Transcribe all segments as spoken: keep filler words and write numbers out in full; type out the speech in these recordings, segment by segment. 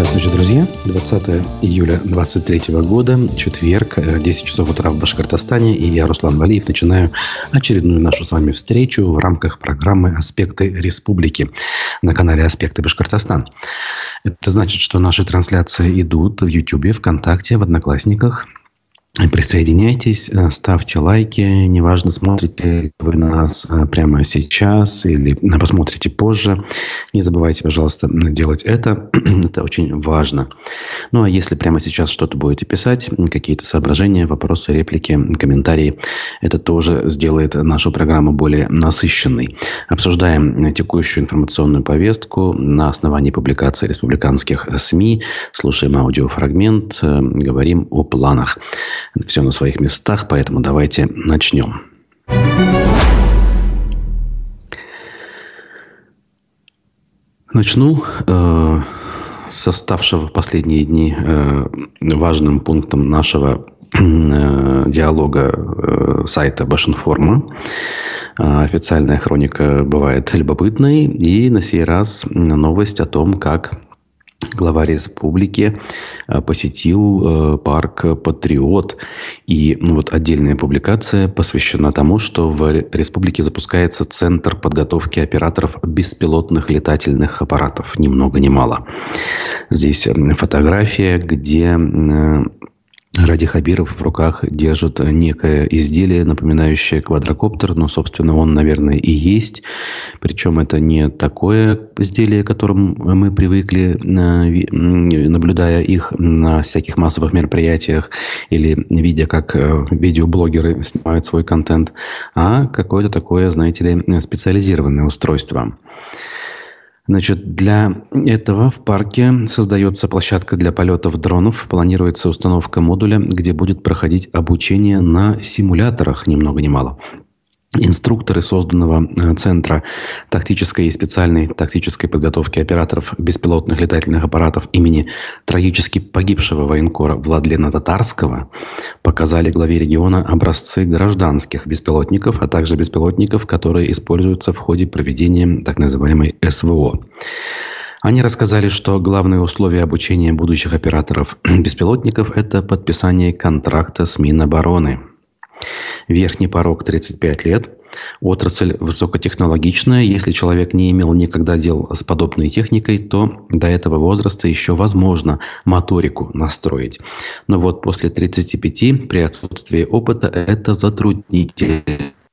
Здравствуйте, друзья. двадцатое июля двадцать третьего года, четверг, десять часов утра в Башкортостане. И я, Руслан Валиев, начинаю очередную нашу с вами встречу в рамках программы «Аспекты Республики» на канале «Аспекты Башкортостан». Это значит, что наши трансляции идут в Ютубе, ВКонтакте, в Одноклассниках. Присоединяйтесь, ставьте лайки. Неважно, смотрите вы нас прямо сейчас или посмотрите позже. Не забывайте, пожалуйста, делать это. Это очень важно. Ну, а если прямо сейчас что-то будете писать, какие-то соображения, вопросы, реплики, комментарии, это тоже сделает нашу программу более насыщенной. Обсуждаем текущую информационную повестку на основании публикаций республиканских СМИ. Слушаем аудиофрагмент, говорим о планах. Все на своих местах, поэтому давайте начнем. Начну э, с ставшего в последние дни э, важным пунктом нашего э, диалога э, сайта Башинформа. Э, официальная хроника бывает любопытной. И на сей раз новость о том, как глава республики посетил парк «Патриот». И ну, вот отдельная публикация посвящена тому, что в республике запускается Центр подготовки операторов беспилотных летательных аппаратов. Ни много ни мало. Здесь фотография, где Ради Хабиров в руках держит некое изделие, напоминающее квадрокоптер. Но, собственно, он, наверное, и есть. Причем это не такое изделие, к которому мы привыкли, наблюдая их на всяких массовых мероприятиях или видя, как видеоблогеры снимают свой контент, а какое-то такое, знаете ли, специализированное устройство. Значит, для этого в парке создается площадка для полетов дронов. Планируется установка модуля, где будет проходить обучение на симуляторах, ни много ни мало. Инструкторы созданного Центра тактической и специальной тактической подготовки операторов беспилотных летательных аппаратов имени трагически погибшего военкора Владлена Татарского показали главе региона образцы гражданских беспилотников, а также беспилотников, которые используются в ходе проведения так называемой СВО. Они рассказали, что главные условия обучения будущих операторов беспилотников – это подписание контракта с Минобороны. Верхний порог тридцать пять лет. Отрасль высокотехнологичная. Если человек не имел никогда дел с подобной техникой, то до этого возраста еще возможно моторику настроить. Но вот после тридцати пяти при отсутствии опыта это затруднительно,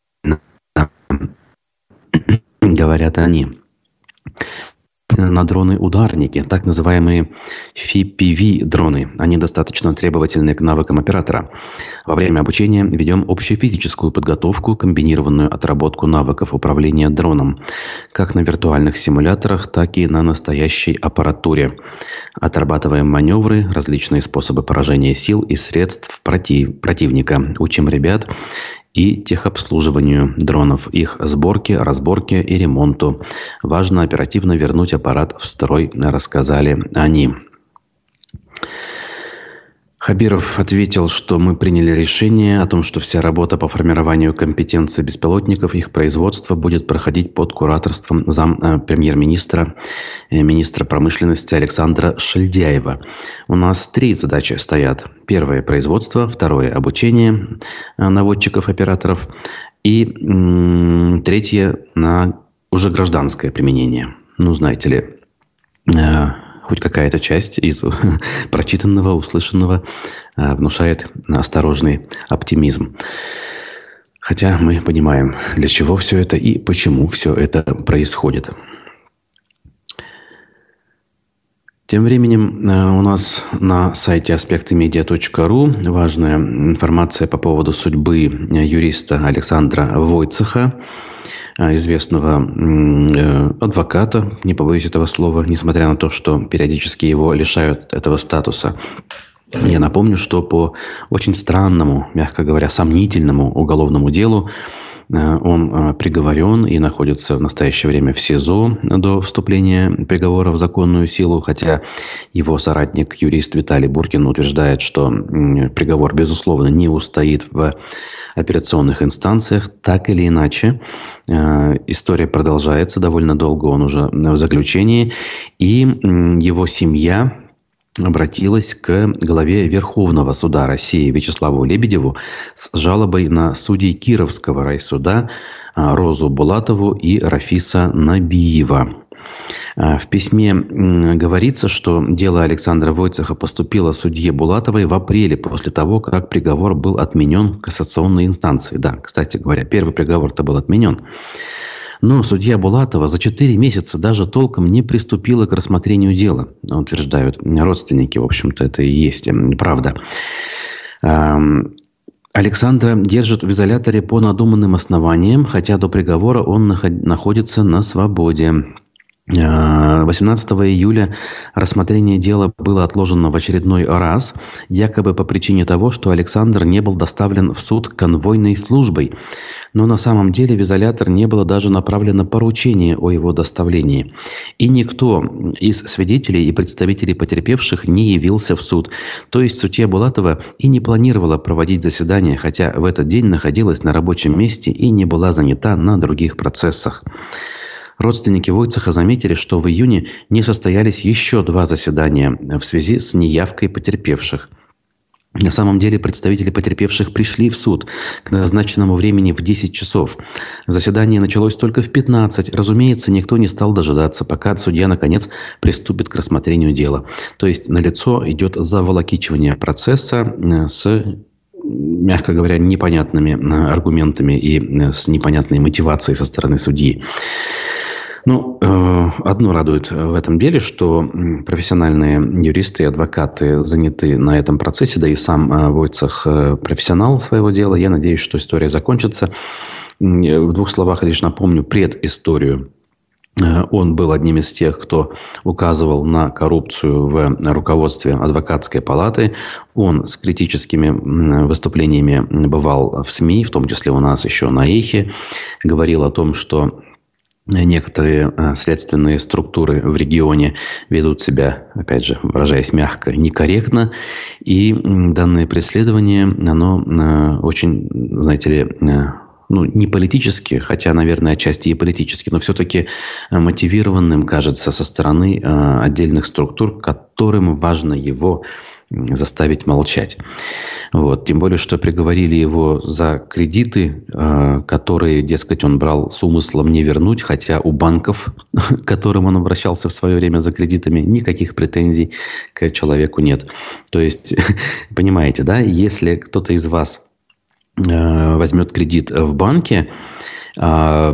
говорят они. На дроны-ударники, так называемые эф пи ви-дроны. Они достаточно требовательны к навыкам оператора. Во время обучения ведем общефизическую подготовку, комбинированную отработку навыков управления дроном, как на виртуальных симуляторах, так и на настоящей аппаратуре. Отрабатываем маневры, различные способы поражения сил и средств против, противника. Учим ребят и техобслуживанию дронов, их сборке, разборке и ремонту. Важно оперативно вернуть аппарат в строй, рассказали они. Хабиров ответил, что мы приняли решение о том, что вся работа по формированию компетенции беспилотников, их производства будет проходить под кураторством зам-премьер-министра, министра промышленности Александра Шельдяева. У нас три задачи стоят. Первое – производство, второе – обучение наводчиков-операторов и м- третье – на уже гражданское применение. Ну, знаете ли, э- хоть какая-то часть из прочитанного, услышанного э, внушает осторожный оптимизм. Хотя мы понимаем, для чего все это и почему все это происходит. Тем временем э, у нас на сайте аспекты медиа точка ру важная информация по поводу судьбы юриста Александра Войцеха, известного э, адвоката, не побоюсь этого слова, несмотря на то, что периодически его лишают этого статуса. Я напомню, что по очень странному, мягко говоря, сомнительному уголовному делу э, он э, приговорен и находится в настоящее время в СИЗО до вступления приговора в законную силу, хотя его соратник, юрист Виталий Буркин, утверждает, что э, приговор, безусловно, не устоит в операционных инстанциях. Так или иначе, э, история продолжается. Довольно долго он уже в заключении. И э, его семья обратилась к главе Верховного суда России Вячеславу Лебедеву с жалобой на судей Кировского райсуда Розу Булатову и Рафиса Набиева. В письме говорится, что дело Александра Войцеха поступило судье Булатовой в апреле, после того, как приговор был отменен в кассационной инстанции. Да, кстати говоря, первый приговор-то был отменен. Но судья Булатова за четыре месяца даже толком не приступила к рассмотрению дела, утверждают родственники. В общем-то, это и есть правда. Александра держат в изоляторе по надуманным основаниям, хотя до приговора он находится на свободе. восемнадцатого июля рассмотрение дела было отложено в очередной раз, якобы по причине того, что Александр не был доставлен в суд конвойной службой. Но на самом деле в изолятор не было даже направлено поручение о его доставлении. И никто из свидетелей и представителей потерпевших не явился в суд. То есть судья Булатова и не планировала проводить заседание, хотя в этот день находилась на рабочем месте и не была занята на других процессах. Родственники Войцеха заметили, что в июне не состоялись еще два заседания в связи с неявкой потерпевших. На самом деле представители потерпевших пришли в суд к назначенному времени в десять часов. Заседание началось только в пятнадцать. Разумеется, никто не стал дожидаться, пока судья наконец приступит к рассмотрению дела. То есть налицо идет заволокичивание процесса с, мягко говоря, непонятными аргументами и с непонятной мотивацией со стороны судьи. Ну, одно радует в этом деле, что профессиональные юристы и адвокаты заняты на этом процессе, да и сам Войцех профессионал своего дела. Я надеюсь, что история закончится. В двух словах лишь напомню предысторию. Он был одним из тех, кто указывал на коррупцию в руководстве адвокатской палаты. Он с критическими выступлениями бывал в СМИ, в том числе у нас еще на Эхе, говорил о том, что некоторые следственные структуры в регионе ведут себя, опять же, выражаясь мягко, некорректно. И данное преследование, оно очень, знаете ли, ну, не политически, хотя, наверное, отчасти и политически, но все-таки мотивированным, кажется, со стороны отдельных структур, которым важно его заставить молчать. Вот. Тем более, что приговорили его за кредиты, э, которые, дескать, он брал с умыслом не вернуть, хотя у банков, к которым он обращался в свое время за кредитами, никаких претензий к человеку нет. То есть, понимаете, да, если кто-то из вас э, возьмет кредит в банке, то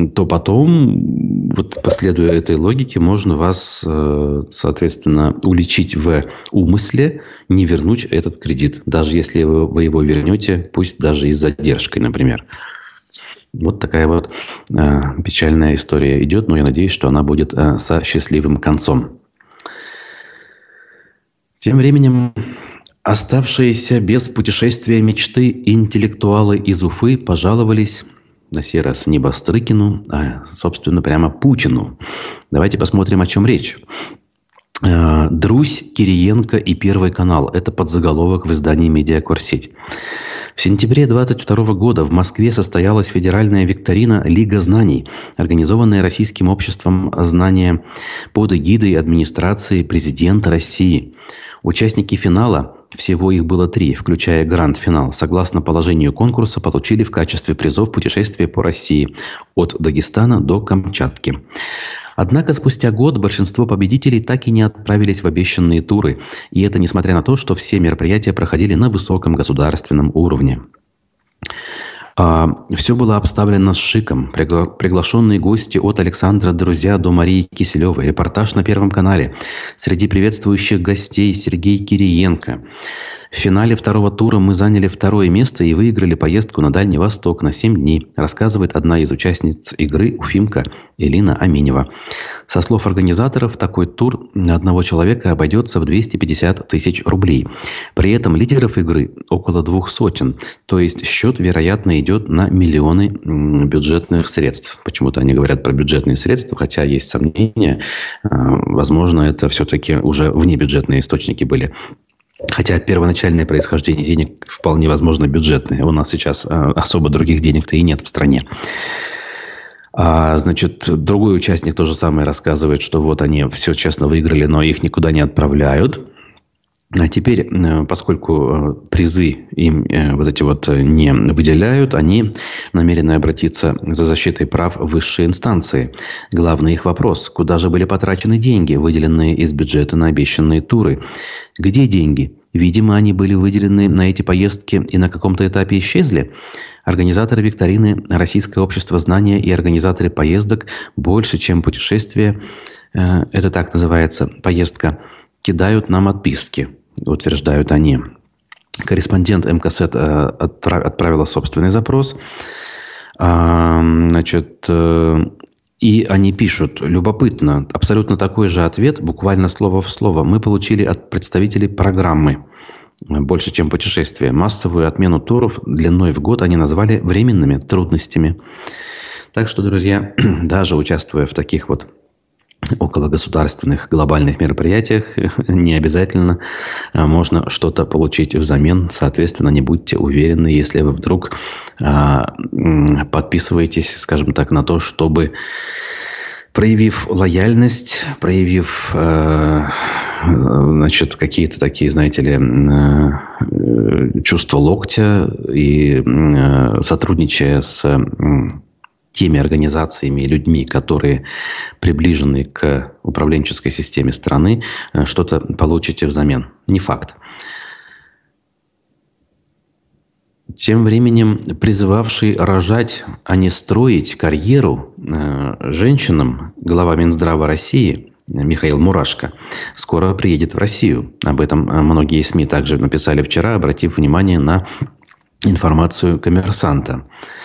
потом, вот последуя этой логике, можно вас, соответственно, уличить в умысле не вернуть этот кредит. Даже если вы его вернете, пусть даже и с задержкой, например. Вот такая вот печальная история идет, но я надеюсь, что она будет со счастливым концом. Тем временем оставшиеся без путешествия мечты интеллектуалы из Уфы пожаловались на сей раз не Бастрыкину, а, собственно, прямо Путину. Давайте посмотрим, о чем речь. «Друзь, Кириенко и Первый канал». Это подзаголовок в издании «Медиакорсеть». В сентябре двадцать второго года в Москве состоялась федеральная викторина «Лига знаний», организованная Российским обществом знания под эгидой администрации президента России. Участники финала, всего их было три, включая гранд-финал, согласно положению конкурса, получили в качестве призов путешествие по России от Дагестана до Камчатки. Однако спустя год большинство победителей так и не отправились в обещанные туры. И это несмотря на то, что все мероприятия проходили на высоком государственном уровне. Все было обставлено с шиком. Пригла- приглашенные гости от Александра Друзья до Марии Киселевой. Репортаж на Первом канале. Среди приветствующих гостей Сергей Кириенко. В финале второго тура мы заняли второе место и выиграли поездку на Дальний Восток на семь дней, рассказывает одна из участниц игры уфимка Элина Аминева. Со слов организаторов, такой тур на одного человека обойдется в двести пятьдесят тысяч рублей. При этом лидеров игры около двух сотен, то есть счет, вероятно, идет на миллионы бюджетных средств. Почему-то они говорят про бюджетные средства, хотя есть сомнения. Возможно, это все-таки уже внебюджетные источники были. Хотя первоначальное происхождение денег вполне возможно бюджетное. У нас сейчас особо других денег-то и нет в стране. А, значит, другой участник то же самое рассказывает, что вот они все честно выиграли, но их никуда не отправляют. А теперь, поскольку призы им вот эти вот не выделяют, они намерены обратиться за защитой прав в высшие инстанции. Главный их вопрос: куда же были потрачены деньги, выделенные из бюджета на обещанные туры? Где деньги? Видимо, они были выделены на эти поездки и на каком-то этапе исчезли. Организаторы викторины «Российское общество знания» и организаторы поездок «Больше, чем путешествие», это так называется поездка, кидают нам отписки, утверждают они. Корреспондент МКСЭД отправила собственный запрос. Значит, и они пишут: любопытно, абсолютно такой же ответ, буквально слово в слово, мы получили от представителей программы «Больше, чем путешествие». Массовую отмену туров длиной в год они назвали временными трудностями. Так что, друзья, даже участвуя в таких вот окологосударственных глобальных мероприятиях, не обязательно можно что-то получить взамен. Соответственно, не будьте уверены, если вы вдруг а, подписываетесь, скажем так, на то, чтобы, проявив лояльность, проявив а, значит, какие-то такие, знаете ли, а, чувства локтя и а, сотрудничая с теми организациями и людьми, которые приближены к управленческой системе страны, что-то получите взамен. Не факт. Тем временем призывавший рожать, а не строить карьеру женщинам глава Минздрава России Михаил Мурашко скоро приедет в Россию. Об этом многие СМИ также написали вчера, обратив внимание на информацию «Коммерсанта».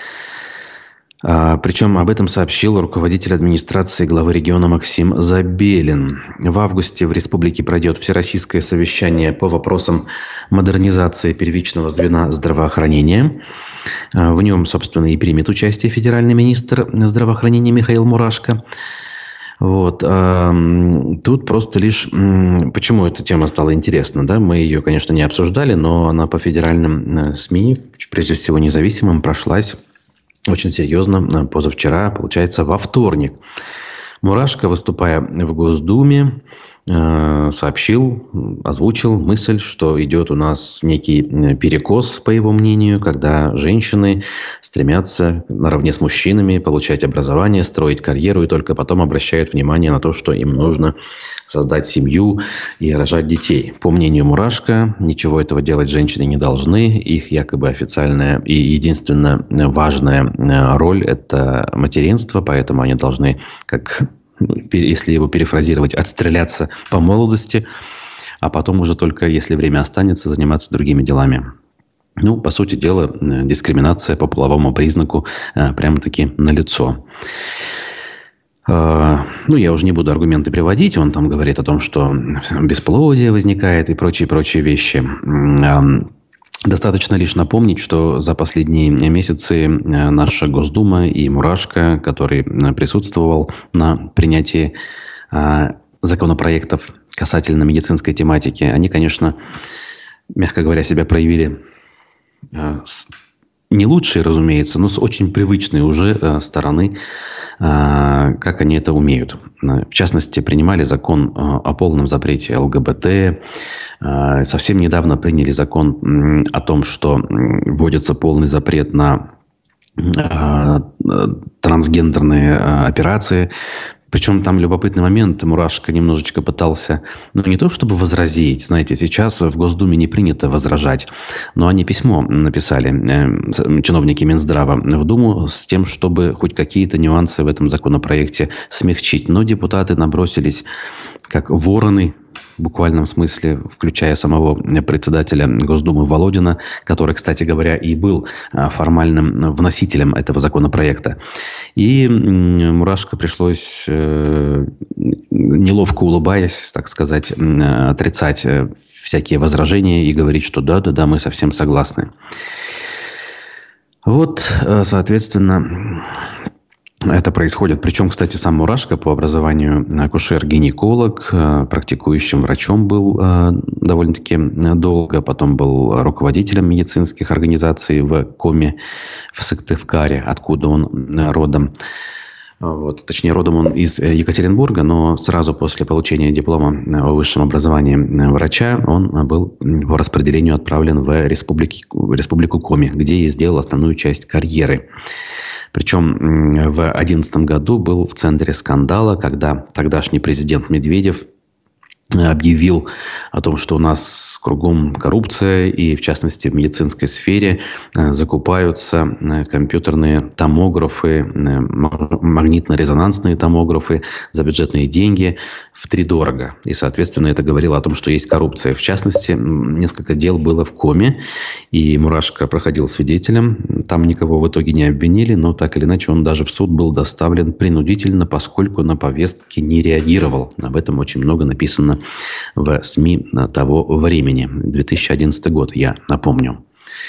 Причем об этом сообщил руководитель администрации главы региона Максим Забелин. В августе в республике пройдет всероссийское совещание по вопросам модернизации первичного звена здравоохранения. В нем, собственно, и примет участие федеральный министр здравоохранения Михаил Мурашко. Вот. Тут просто лишь... Почему эта тема стала интересна? Да? Мы ее, конечно, не обсуждали, но она по федеральным СМИ, прежде всего независимым, прошлась очень серьезно позавчера, получается, во вторник. Мурашко, выступая в Госдуме, сообщил, озвучил мысль, что идет у нас некий перекос, по его мнению, когда женщины стремятся наравне с мужчинами получать образование, строить карьеру и только потом обращают внимание на то, что им нужно создать семью и рожать детей. По мнению Мурашко, ничего этого делать женщины не должны. Их якобы официальная и единственно важная роль – это материнство, поэтому они должны, как... если его перефразировать, отстреляться по молодости, а потом уже только, если время останется, заниматься другими делами. Ну, по сути дела, дискриминация по половому признаку прямо-таки налицо. Ну, я уже не буду аргументы приводить. Он там говорит о том, что бесплодие возникает и прочие-прочие вещи. Достаточно лишь напомнить, что за последние месяцы наша Госдума и Мурашко, который присутствовал на принятии законопроектов касательно медицинской тематики, они, конечно, мягко говоря, себя проявили с не лучшей, разумеется, но с очень привычной уже стороны, как они это умеют. В частности, принимали закон о полном запрете ЛГБТ. Совсем недавно приняли закон о том, что вводится полный запрет на трансгендерные операции. Причем там любопытный момент. Мурашко немножечко пытался, ну, не то чтобы возразить. Знаете, сейчас в Госдуме не принято возражать. Но они письмо написали, э, чиновники Минздрава, в Думу с тем, чтобы хоть какие-то нюансы в этом законопроекте смягчить. Но депутаты набросились как вороны, в буквальном смысле, включая самого председателя Госдумы Володина, который, кстати говоря, и был формальным вносителем этого законопроекта. И Мурашко пришлось, неловко улыбаясь, так сказать, отрицать всякие возражения и говорить, что да-да-да, мы совсем согласны. Вот, соответственно... Это происходит. Причем, кстати, сам Мурашко по образованию акушер-гинеколог, практикующим врачом был довольно-таки долго. Потом был руководителем медицинских организаций в Коме, в Сыктывкаре, откуда он родом. Вот, точнее, родом он из Екатеринбурга, но сразу после получения диплома о высшем образовании врача он был по распределению отправлен в республику, республику Коми, где и сделал основную часть карьеры. Причем в две тысячи одиннадцатом году был в центре скандала, когда тогдашний президент Медведев объявил о том, что у нас кругом коррупция, и в частности в медицинской сфере закупаются компьютерные томографы, магнитно-резонансные томографы за бюджетные деньги втридорого. И, соответственно, это говорило о том, что есть коррупция. В частности, несколько дел было в Коми, и Мурашко проходил свидетелем. Там никого в итоге не обвинили, но так или иначе он даже в суд был доставлен принудительно, поскольку на повестке не реагировал. Об этом очень много написано в СМИ того времени. две тысячи одиннадцатый год, я напомню.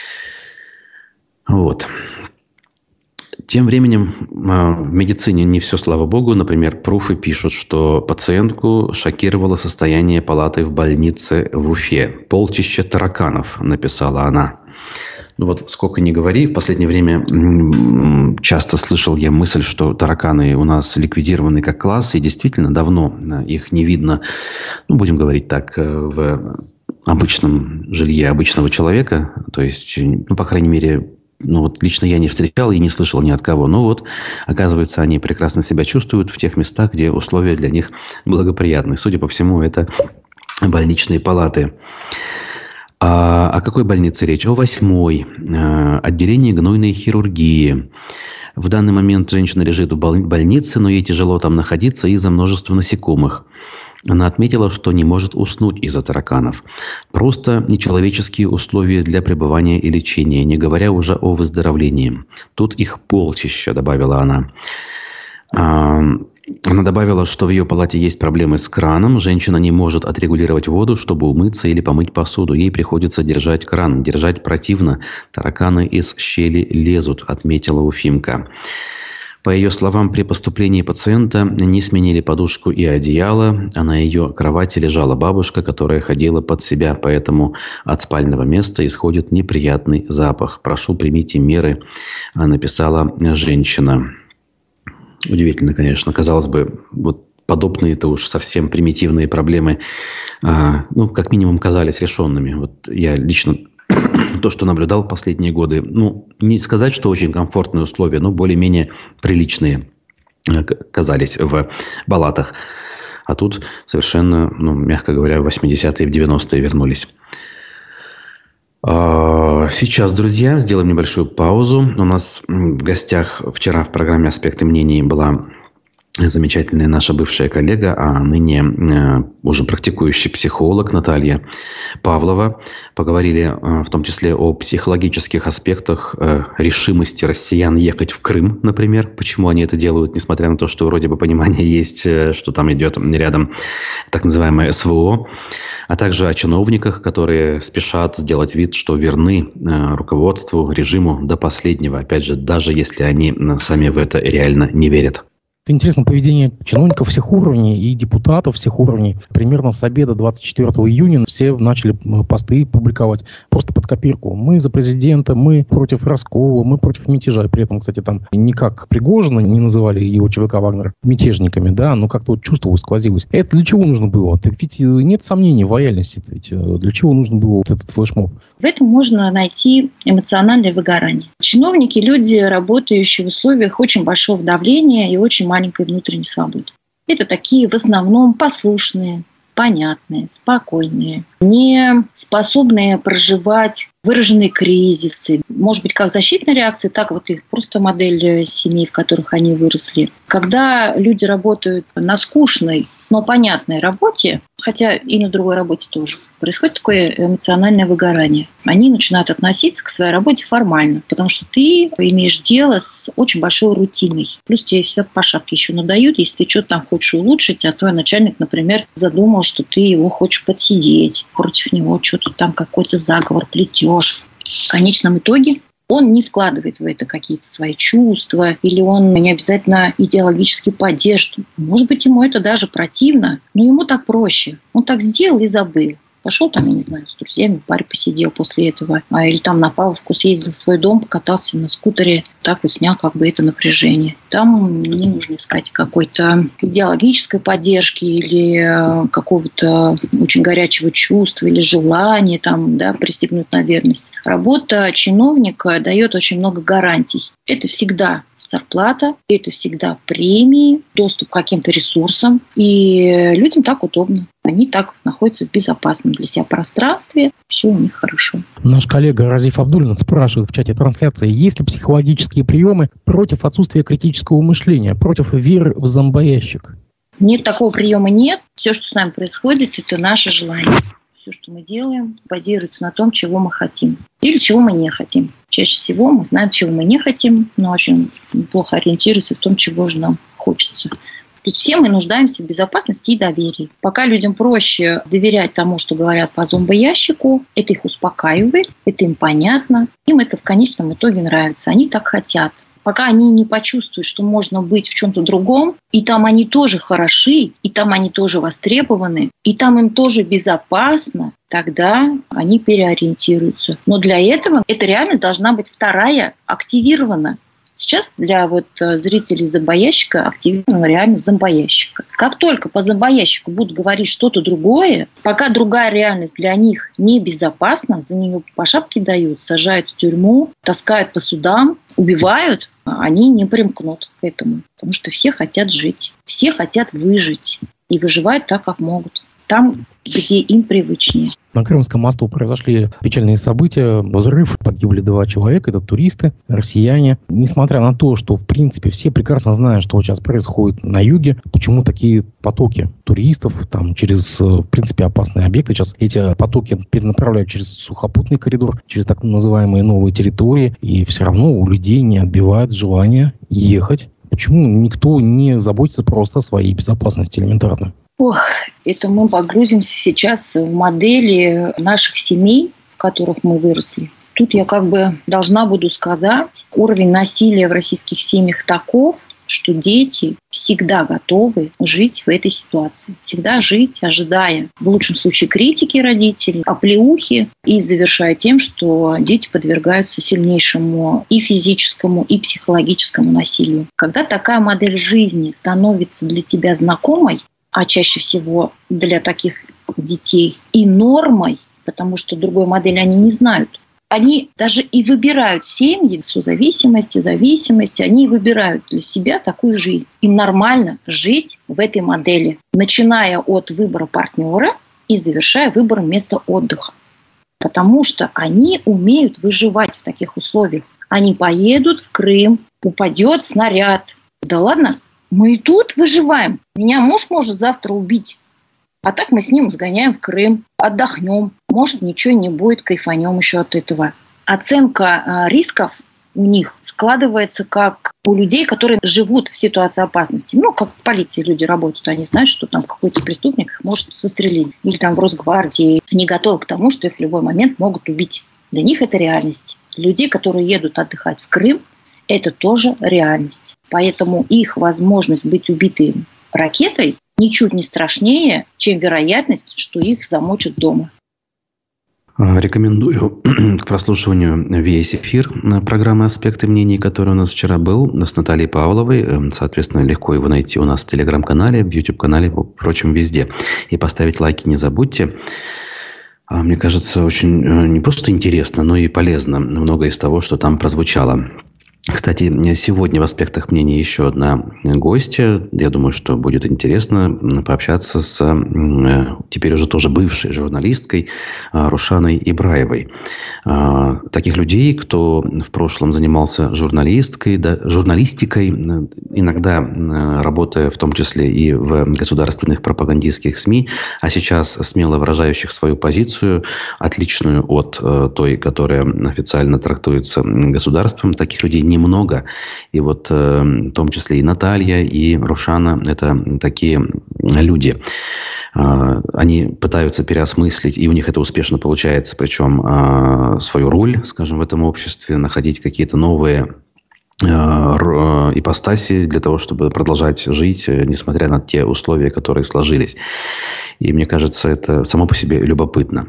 Вот. Тем временем в медицине не все, слава богу. Например, пруфы пишут, что пациентку шокировало состояние палаты в больнице в Уфе. Полчища тараканов, написала она. Ну вот сколько ни говори, в последнее время часто слышал я мысль, что тараканы у нас ликвидированы как класс, и действительно давно их не видно, ну, будем говорить так, в обычном жилье обычного человека. То есть, ну, по крайней мере, ну вот лично я не встречал и не слышал ни от кого. Но вот, оказывается, они прекрасно себя чувствуют в тех местах, где условия для них благоприятны. Судя по всему, это больничные палаты. А о какой больнице речь? О восьмой. Отделении гнойной хирургии. В данный момент женщина лежит в больнице, но ей тяжело там находиться из-за множества насекомых. Она отметила, что не может уснуть из-за тараканов. Просто нечеловеческие условия для пребывания и лечения, не говоря уже о выздоровлении. Тут их полчища, добавила она. Она добавила, что в ее палате есть проблемы с краном. Женщина не может отрегулировать воду, чтобы умыться или помыть посуду. Ей приходится держать кран. Держать противно. Тараканы из щели лезут, отметила уфимка. По ее словам, при поступлении пациента не сменили подушку и одеяло, а на ее кровати лежала бабушка, которая ходила под себя, поэтому от спального места исходит неприятный запах. «Прошу, примите меры», написала женщина. Удивительно, конечно. Казалось бы, вот подобные-то уж совсем примитивные проблемы, а, ну, как минимум, казались решенными. Вот я лично то, что наблюдал в последние годы, ну, не сказать, что очень комфортные условия, но более-менее приличные казались в палатах. А тут совершенно, ну, мягко говоря, в восьмидесятые, в девяностые вернулись. Сейчас, друзья, сделаем небольшую паузу. У нас в гостях вчера в программе «Аспекты мнений» была замечательная наша бывшая коллега, а ныне э, уже практикующий психолог Наталья Павлова. Поговорили э, в том числе о психологических аспектах э, решимости россиян ехать в Крым, например. Почему они это делают, несмотря на то, что вроде бы понимание есть, э, что там идет рядом так называемое СВО. А также о чиновниках, которые спешат сделать вид, что верны э, руководству, режиму до последнего. Опять же, даже если они сами в это реально не верят. Это интересно поведение чиновников всех уровней и депутатов всех уровней. Примерно с обеда двадцать четвёртого июня все начали посты публиковать просто под копирку. Мы за президента, мы против Рожкова, мы против мятежа. При этом, кстати, там никак Пригожина не называли его ЧВК «Вагнер» мятежниками, да, но как-то вот чувство сквозилось. Это для чего нужно было? Так ведь нет сомнений в лояльности. Ведь для чего нужно было вот этот флешмоб? В этом можно найти эмоциональное выгорание. Чиновники – люди, работающие в условиях очень большого давления и очень маленькой внутренней свободы. Это такие в основном послушные, понятные, спокойные, не способные проживать выраженные кризисы. Может быть, как защитная реакция, так вот их просто модель семей, в которых они выросли. Когда люди работают на скучной, но понятной работе, хотя и на другой работе тоже, происходит такое эмоциональное выгорание. Они начинают относиться к своей работе формально, потому что ты имеешь дело с очень большой рутиной. Плюс тебе все по шапке еще надают, если ты что-то там хочешь улучшить, а твой начальник, например, задумал, что ты его хочешь подсидеть, против него что-то там какой-то заговор плетешь. В конечном итоге он не вкладывает в это какие-то свои чувства, или он не обязательно идеологически поддерживает. Может быть, ему это даже противно, но ему так проще. Он так сделал и забыл. Пошел там, я не знаю, с друзьями в баре посидел после этого. А, или там на Павловку съездил в свой дом, покатался на скутере, так вот снял как бы это напряжение. Там не нужно искать какой-то идеологической поддержки или какого-то очень горячего чувства или желания там, да, присягнуть на верность. Работа чиновника дает очень много гарантий. Это всегда зарплата, это всегда премии, доступ к каким-то ресурсам. И людям так удобно. Они так находятся в безопасном для себя пространстве. Все у них хорошо. Наш коллега Разиф Абдуллин спрашивает в чате трансляции, есть ли психологические приемы против отсутствия критического мышления, против веры в зомбоящик? Нет, такого приема нет. Все, что с нами происходит, это наше желание. Все, что мы делаем, базируется на том, чего мы хотим или чего мы не хотим. Чаще всего мы знаем, чего мы не хотим, но очень плохо ориентируемся в том, чего же нам хочется. То есть все мы нуждаемся в безопасности и доверии. Пока людям проще доверять тому, что говорят по зомбоящику, это их успокаивает, это им понятно, им это в конечном итоге нравится, они так хотят. Пока они не почувствуют, что можно быть в чем-то другом, и там они тоже хороши, и там они тоже востребованы, и там им тоже безопасно, тогда они переориентируются. Но для этого эта реальность должна быть вторая, активирована. Сейчас для вот зрителей зомбоящика активирована реальность зомбоящика. Как только по зомбоящику будут говорить что-то другое, пока другая реальность для них небезопасна, за нее по шапке дают, сажают в тюрьму, таскают по судам, убивают, они не примкнут к этому. Потому что все хотят жить, все хотят выжить и выживают так, как могут. Там, где им привычнее. На Крымском мосту произошли печальные события. Взрыв, погибли два человека. Это туристы, россияне. Несмотря на то, что, в принципе, все прекрасно знают, что сейчас происходит на юге, почему такие потоки туристов там через, в принципе, опасные объекты. Сейчас эти потоки перенаправляют через сухопутный коридор, через так называемые новые территории. И все равно у людей не отбивает желание ехать. Почему никто не заботится просто о своей безопасности элементарно? Ох, это мы погрузимся сейчас в модели наших семей, в которых мы выросли. Тут я как бы должна буду сказать, уровень насилия в российских семьях таков, что дети всегда готовы жить в этой ситуации. Всегда жить, ожидая, в лучшем случае, критики родителей, оплеухи, и завершая тем, что дети подвергаются сильнейшему и физическому, и психологическому насилию. Когда такая модель жизни становится для тебя знакомой, а чаще всего для таких детей и нормой, потому что другой модели они не знают. Они даже и выбирают семьи, созависимости, зависимости, они выбирают для себя такую жизнь. Им нормально жить в этой модели, начиная от выбора партнера и завершая выбором места отдыха. Потому что они умеют выживать в таких условиях. Они поедут в Крым, упадет снаряд. Да ладно? Мы и тут выживаем. Меня муж может завтра убить. А так мы с ним сгоняем в Крым, отдохнем. Может, ничего не будет, кайфанем еще от этого. Оценка рисков у них складывается как у людей, которые живут в ситуации опасности. Ну, как в полиции люди работают, они знают, что там какой-то преступник их может застрелить. Или там в Росгвардии. Они готовы к тому, что их в любой момент могут убить. Для них это реальность. Для людей, которые едут отдыхать в Крым, это тоже реальность. Поэтому их возможность быть убитым ракетой ничуть не страшнее, чем вероятность, что их замочат дома. Рекомендую к прослушиванию весь эфир программы «Аспекты мнений», который у нас вчера был с Натальей Павловой. Соответственно, легко его найти у нас в Телеграм-канале, в YouTube-канале, впрочем, везде. И поставить лайки не забудьте. Мне кажется, очень не просто интересно, но и полезно многое из того, что там прозвучало. Кстати, сегодня в «Аспектах мнений» еще одна гостья. Я думаю, что будет интересно пообщаться с теперь уже тоже бывшей журналисткой Рушаной Ибраевой. Таких людей, кто в прошлом занимался журналисткой, да, журналистикой, иногда работая в том числе и в государственных пропагандистских СМИ, а сейчас смело выражающих свою позицию, отличную от той, которая официально трактуется государством. Таких людей немного. И вот в том числе и Наталья, и Рушана – это такие люди. Они пытаются переосмыслить, и у них это успешно получается, причем свою роль, скажем, в этом обществе, находить какие-то новые ипостаси для того, чтобы продолжать жить, несмотря на те условия, которые сложились. И мне кажется, это само по себе любопытно.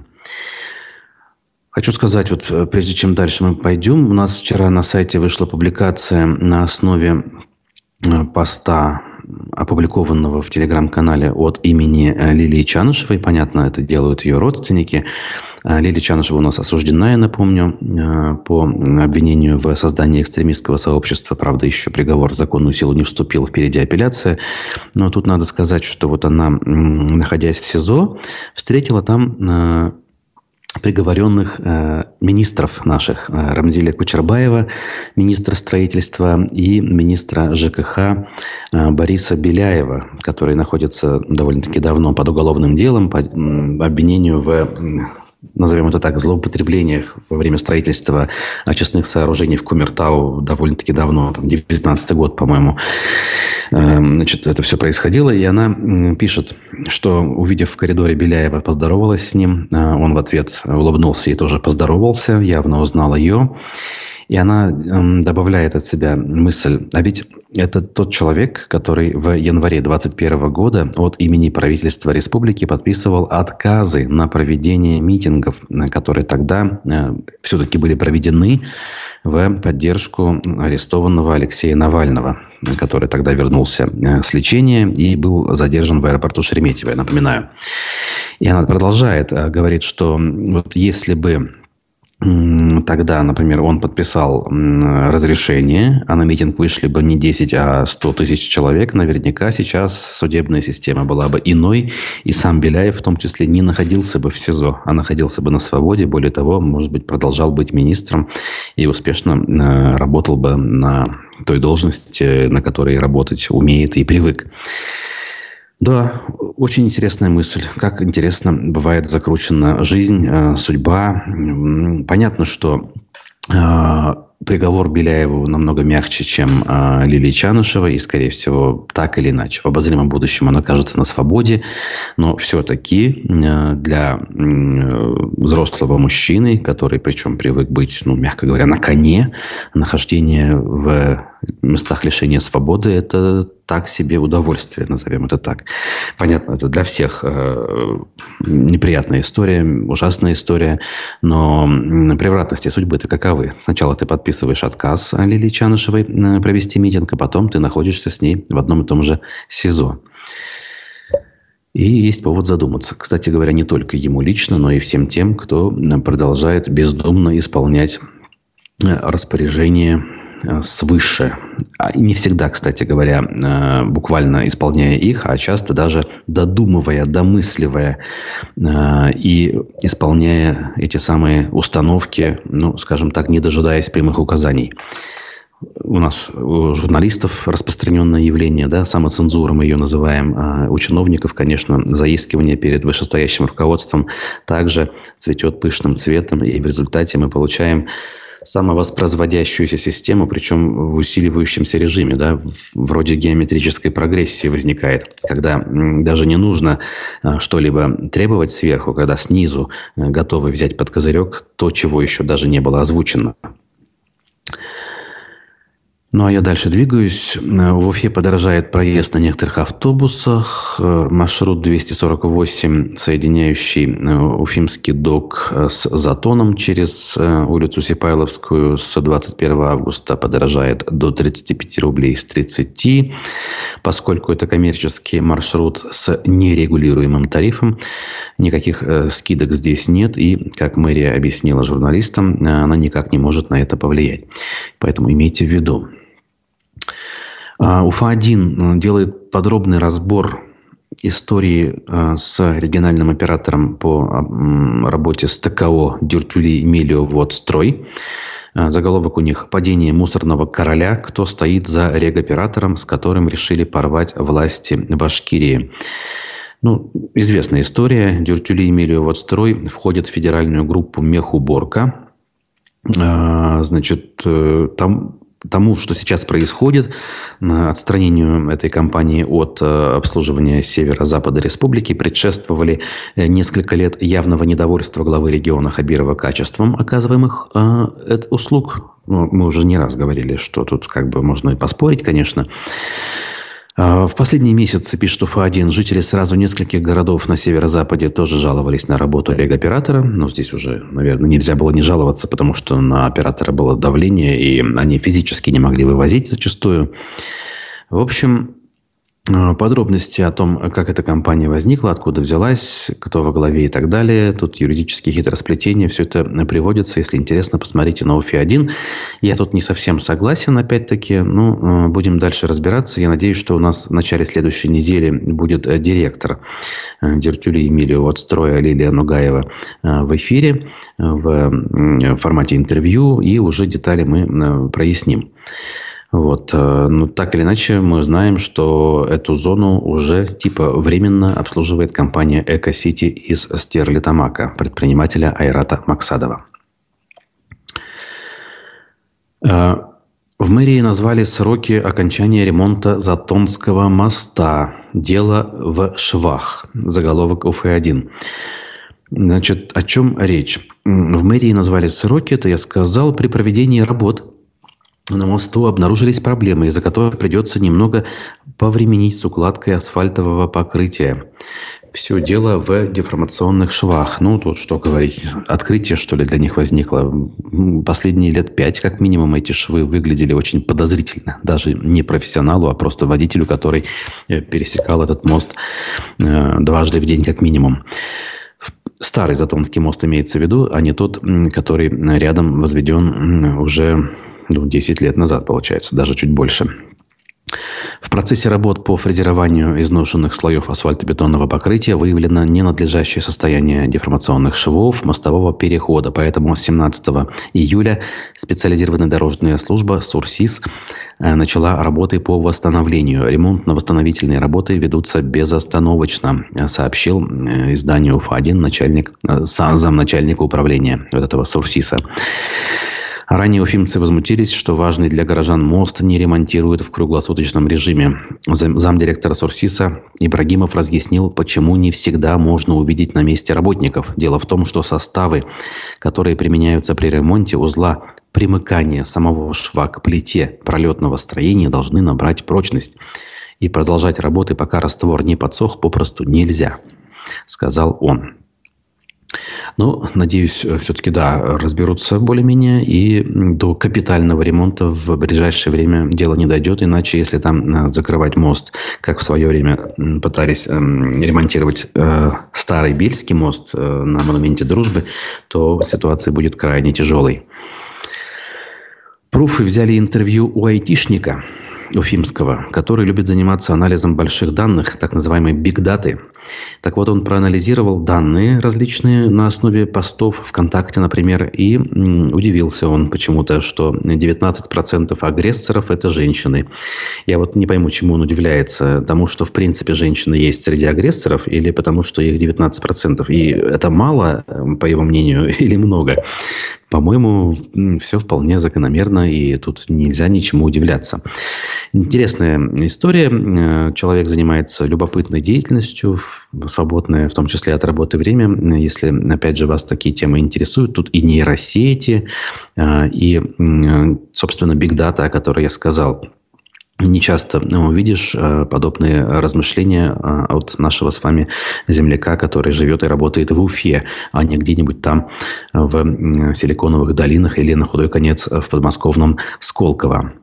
Хочу сказать, вот прежде чем дальше мы пойдем, у нас вчера на сайте вышла публикация на основе поста, опубликованного в телеграм-канале от имени Лилии Чанышевой. Понятно, это делают ее родственники. Лилия Чанышева у нас осуждена, я напомню, по обвинению в создании экстремистского сообщества. Правда, еще приговор в законную силу не вступил, впереди апелляция. Но тут надо сказать, что вот она, находясь в СИЗО, встретила там приговоренных э, министров наших. Рамзиля Кучербаева, министра строительства, и министра ЖКХ э, Бориса Беляева, который находится довольно-таки давно под уголовным делом по м, обвинению в, назовем это так, злоупотреблениях во время строительства очистных сооружений в Кумертау довольно-таки давно, там, девятнадцатый год, по-моему. Э, значит, это все происходило, и она м, пишет, что, увидев в коридоре Беляева, поздоровалась с ним. Э, он в ответ улыбнулся и тоже поздоровался, явно узнал ее. И она э, добавляет от себя мысль, а ведь это тот человек, который в январе двадцать первого года от имени правительства республики подписывал отказы на проведение митингов, которые тогда э, все-таки были проведены в поддержку арестованного Алексея Навального, который тогда вернулся с лечения и был задержан в аэропорту Шереметьево, я напоминаю. И она продолжает, говорит, что вот если бы тогда, например, он подписал разрешение, а на митинг вышли бы не десять, а сто тысяч человек, наверняка сейчас судебная система была бы иной, и сам Беляев в том числе не находился бы в СИЗО, а находился бы на свободе. Более того, может быть, продолжал быть министром и успешно работал бы на той должности, на которой работать умеет и привык. Да, очень интересная мысль. Как интересно бывает закручена жизнь, э, судьба. Понятно, что э, приговор Беляеву намного мягче, чем э, Лилии Чанышевой. И, скорее всего, так или иначе, в обозримом будущем он окажется на свободе. Но все-таки э, для э, взрослого мужчины, который, причем, привык быть, ну, мягко говоря, на коне, нахождение в местах лишения свободы – это так себе удовольствие, назовем это так. Понятно, это для всех э, неприятная история, ужасная история, но превратности судьбы-то каковы? Сначала ты подписываешь отказ Лилии Чанышевой э, провести митинг, а потом ты находишься с ней в одном и том же СИЗО. И есть повод задуматься. Кстати говоря, не только ему лично, но и всем тем, кто продолжает бездумно исполнять распоряжения свыше. И не всегда, кстати говоря, буквально исполняя их, а часто даже додумывая, домысливая и исполняя эти самые установки, ну, скажем так, не дожидаясь прямых указаний. У нас, у журналистов, распространенное явление, да, самоцензура мы ее называем, у чиновников, конечно, заискивание перед вышестоящим руководством также цветет пышным цветом, и в результате мы получаем самовоспроизводящуюся систему, причем в усиливающемся режиме, да, вроде геометрической прогрессии возникает, когда даже не нужно что-либо требовать сверху, когда снизу готовы взять под козырек то, чего еще даже не было озвучено. Ну, а я дальше двигаюсь. В Уфе подорожает проезд на некоторых автобусах. Маршрут двести сорок восемь, соединяющий Уфимский док с Затоном через улицу Сипайловскую, с двадцать первого августа подорожает до тридцати пяти рублей с тридцати. Поскольку это коммерческий маршрут с нерегулируемым тарифом, никаких скидок здесь нет. И, как мэрия объяснила журналистам, она никак не может на это повлиять. Поэтому имейте в виду. Уфа-один делает подробный разбор истории с региональным оператором по работе с ТКО «Дюртюли Мелиоводстрой». Заголовок у них «Падение мусорного короля. Кто стоит за регоператором, с которым решили порвать власти Башкирии?» Ну, известная история. «Дюртюли Мелиоводстрой» входит в федеральную группу «Мехуборка». Значит, там тому, что сейчас происходит, отстранению этой компании от обслуживания северо-запада республики предшествовали несколько лет явного недовольства главы региона Хабирова качеством оказываемых э, услуг. Ну, мы уже не раз говорили, что тут как бы можно и поспорить, конечно. В последние месяцы, пишет Уфа один, жители сразу нескольких городов на северо-западе тоже жаловались на работу регоператора. Но здесь уже, наверное, нельзя было не жаловаться, потому что на оператора было давление, и они физически не могли вывозить зачастую. В общем, подробности о том, как эта компания возникла, откуда взялась, кто во главе и так далее. Тут юридические хитросплетения, все это приводится. Если интересно, посмотрите на Уфе один. Я тут не совсем согласен, опять-таки. Ну, будем дальше разбираться. Я надеюсь, что у нас в начале следующей недели будет директор Дертюли Эмилио от строя Лилия Нугаева в эфире в формате интервью. И уже детали мы проясним. Вот. Ну, так или иначе, мы знаем, что эту зону уже типа временно обслуживает компания «Эко-Сити» из Стерлитамака, предпринимателя Айрата Максадова. В мэрии назвали сроки окончания ремонта Затонского моста. Дело в швах. Заголовок Уфы один. Значит, о чем речь? В мэрии назвали сроки, это я сказал, при проведении работ на мосту обнаружились проблемы, из-за которых придется немного повременить с укладкой асфальтового покрытия. Все дело в деформационных швах. Ну, тут что говорить. Открытие, что ли, для них возникло. Последние лет пять, как минимум, эти швы выглядели очень подозрительно. Даже не профессионалу, а просто водителю, который пересекал этот мост дважды в день, как минимум. Старый Затонский мост имеется в виду, а не тот, который рядом возведен уже... Ну, десять лет назад, получается, даже чуть больше. В процессе работ по фрезерованию изношенных слоев асфальтобетонного покрытия выявлено ненадлежащее состояние деформационных швов мостового перехода. Поэтому семнадцатого июля специализированная дорожная служба СУРСИС начала работы по восстановлению. Ремонтно-восстановительные работы ведутся безостановочно, сообщил изданию Уфа один начальник, замначальника управления вот этого СУРСИСа. Ранее уфимцы возмутились, что важный для горожан мост не ремонтируют в круглосуточном режиме. Замдиректора СУРСИСа Ибрагимов разъяснил, почему не всегда можно увидеть на месте работников. Дело в том, что составы, которые применяются при ремонте узла примыкания самого шва к плите пролетного строения, должны набрать прочность. И продолжать работы, пока раствор не подсох, попросту нельзя, сказал он. Ну, надеюсь, все-таки, да, разберутся более-менее, и до капитального ремонта в ближайшее время дело не дойдет. Иначе, если там закрывать мост, как в свое время пытались ремонтировать старый Бельский мост на монументе Дружбы, то ситуация будет крайне тяжелой. Пруфы взяли интервью у айтишника уфимского, который любит заниматься анализом больших данных, так называемой биг-даты. Так вот, он проанализировал данные различные на основе постов ВКонтакте, например, и м, удивился он почему-то, что девятнадцать процентов агрессоров – это женщины. Я вот не пойму, чему он удивляется. Тому, что, в принципе, женщины есть среди агрессоров, или потому, что их девятнадцать процентов. И это мало, по его мнению, или много? По-моему, все вполне закономерно, и тут нельзя ничему удивляться. Интересная история. Человек занимается любопытной деятельностью, свободное, в том числе от работы время. Если, опять же, вас такие темы интересуют, тут и нейросети, и, собственно, биг-дата, о которой я сказал. Не часто увидишь подобные размышления от нашего с вами земляка, который живет и работает в Уфе, а не где-нибудь там в Силиконовых долинах или на худой конец в подмосковном Сколково.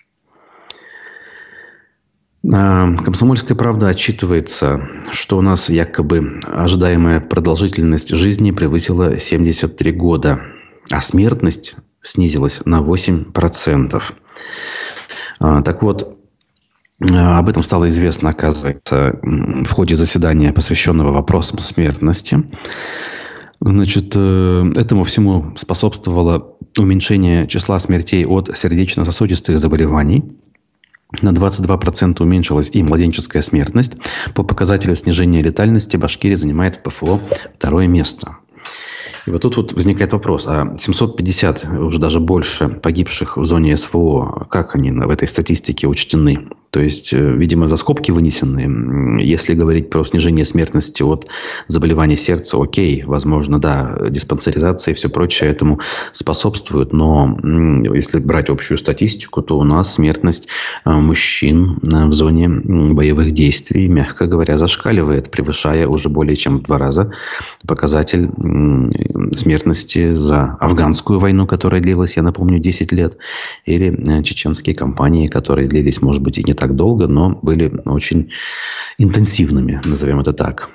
«Комсомольская правда» отчитывается, что у нас якобы ожидаемая продолжительность жизни превысила семьдесят три года, а смертность снизилась на восемь процентов. Так вот, об этом стало известно, оказывается, в ходе заседания, посвященного вопросам смертности. Значит, этому всему способствовало уменьшение числа смертей от сердечно-сосудистых заболеваний. На двадцать два процента уменьшилась и младенческая смертность. По показателю снижения летальности Башкирия занимает в ПФО второе место. И вот тут вот возникает вопрос, а семьсот пятьдесят, уже даже больше погибших в зоне СВО, как они в этой статистике учтены? То есть, видимо, за скобки вынесены. Если говорить про снижение смертности от заболеваний сердца, окей, возможно, да, диспансеризация и все прочее этому способствует. Но если брать общую статистику, то у нас смертность мужчин в зоне боевых действий, мягко говоря, зашкаливает, превышая уже более чем в два раза показатель смертности за афганскую войну, которая длилась, я напомню, десять лет, или чеченские кампании, которые длились, может быть, и не так долго, но были очень интенсивными, назовем это так.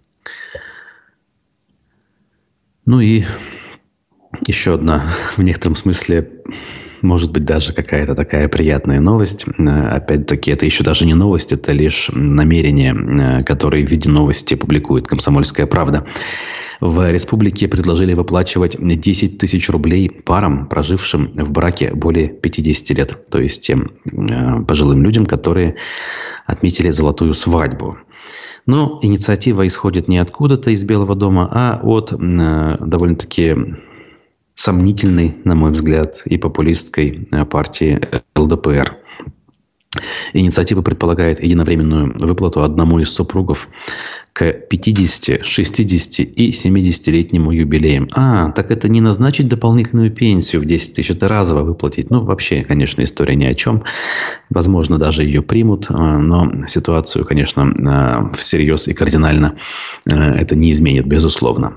Ну и еще одна, в некотором смысле, может быть, даже какая-то такая приятная новость. Опять-таки, это еще даже не новость, это лишь намерение, которое в виде новости публикует «Комсомольская правда». В республике предложили выплачивать десять тысяч рублей парам, прожившим в браке более пятидесяти лет. То есть тем э, пожилым людям, которые отметили золотую свадьбу. Но инициатива исходит не откуда-то из Белого дома, а от э, довольно-таки сомнительной, на мой взгляд, и популистской партии эл дэ пэ эр. Инициатива предполагает единовременную выплату одному из супругов к пятидесяти-, шестидесяти- и семидесятилетнему юбилеям. А, так это не назначить дополнительную пенсию в десять тысяч, это разово выплатить. Ну, вообще, конечно, история ни о чем. Возможно, даже ее примут, но ситуацию, конечно, всерьез и кардинально это не изменит, безусловно.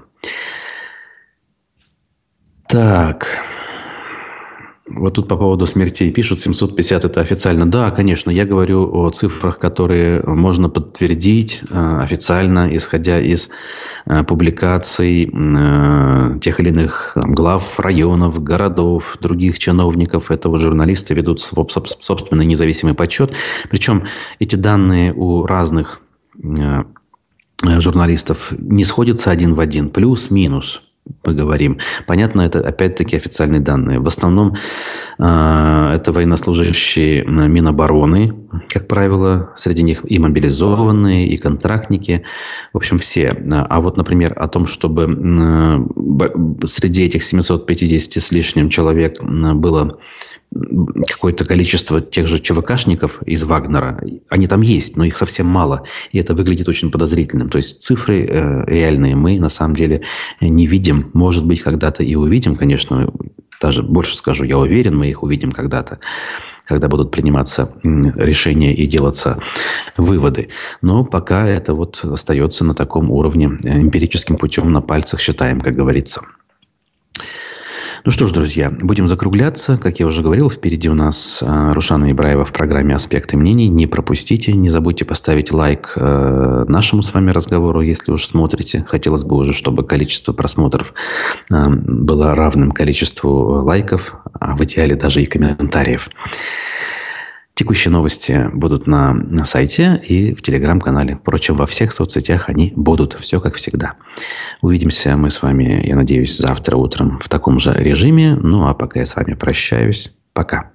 Так... Вот тут по поводу смертей пишут, семьсот пятьдесят это официально. Да, конечно, я говорю о цифрах, которые можно подтвердить официально, исходя из публикаций тех или иных там, глав районов, городов, других чиновников. Это вот журналисты ведут собственный независимый подсчет. Причем эти данные у разных журналистов не сходятся один в один, плюс-минус. Мы говорим. Понятно, это опять-таки официальные данные. В основном э, это военнослужащие Минобороны, как правило, среди них и мобилизованные, и контрактники, в общем, все. А вот, например, о том, чтобы э, среди этих семисот пятидесяти с лишним человек было какое-то количество тех же ЧВКшников из Вагнера, они там есть, но их совсем мало. И это выглядит очень подозрительным. То есть цифры э, реальные мы на самом деле не видим. Может быть, когда-то и увидим, конечно. Даже больше скажу, я уверен, мы их увидим когда-то, когда будут приниматься решения и делаться выводы. Но пока это вот остается на таком уровне, эмпирическим путем на пальцах считаем, как говорится. Ну что ж, друзья, будем закругляться. Как я уже говорил, впереди у нас э, Рушана Ибраева в программе «Аспекты мнений». Не пропустите, не забудьте поставить лайк э, нашему с вами разговору, если уж смотрите. Хотелось бы уже, чтобы количество просмотров э, было равным количеству лайков, а в идеале даже и комментариев. Текущие новости будут на, на сайте и в телеграм-канале. Впрочем, во всех соцсетях они будут. Все как всегда. Увидимся мы с вами, я надеюсь, завтра утром в таком же режиме. Ну, а пока я с вами прощаюсь. Пока.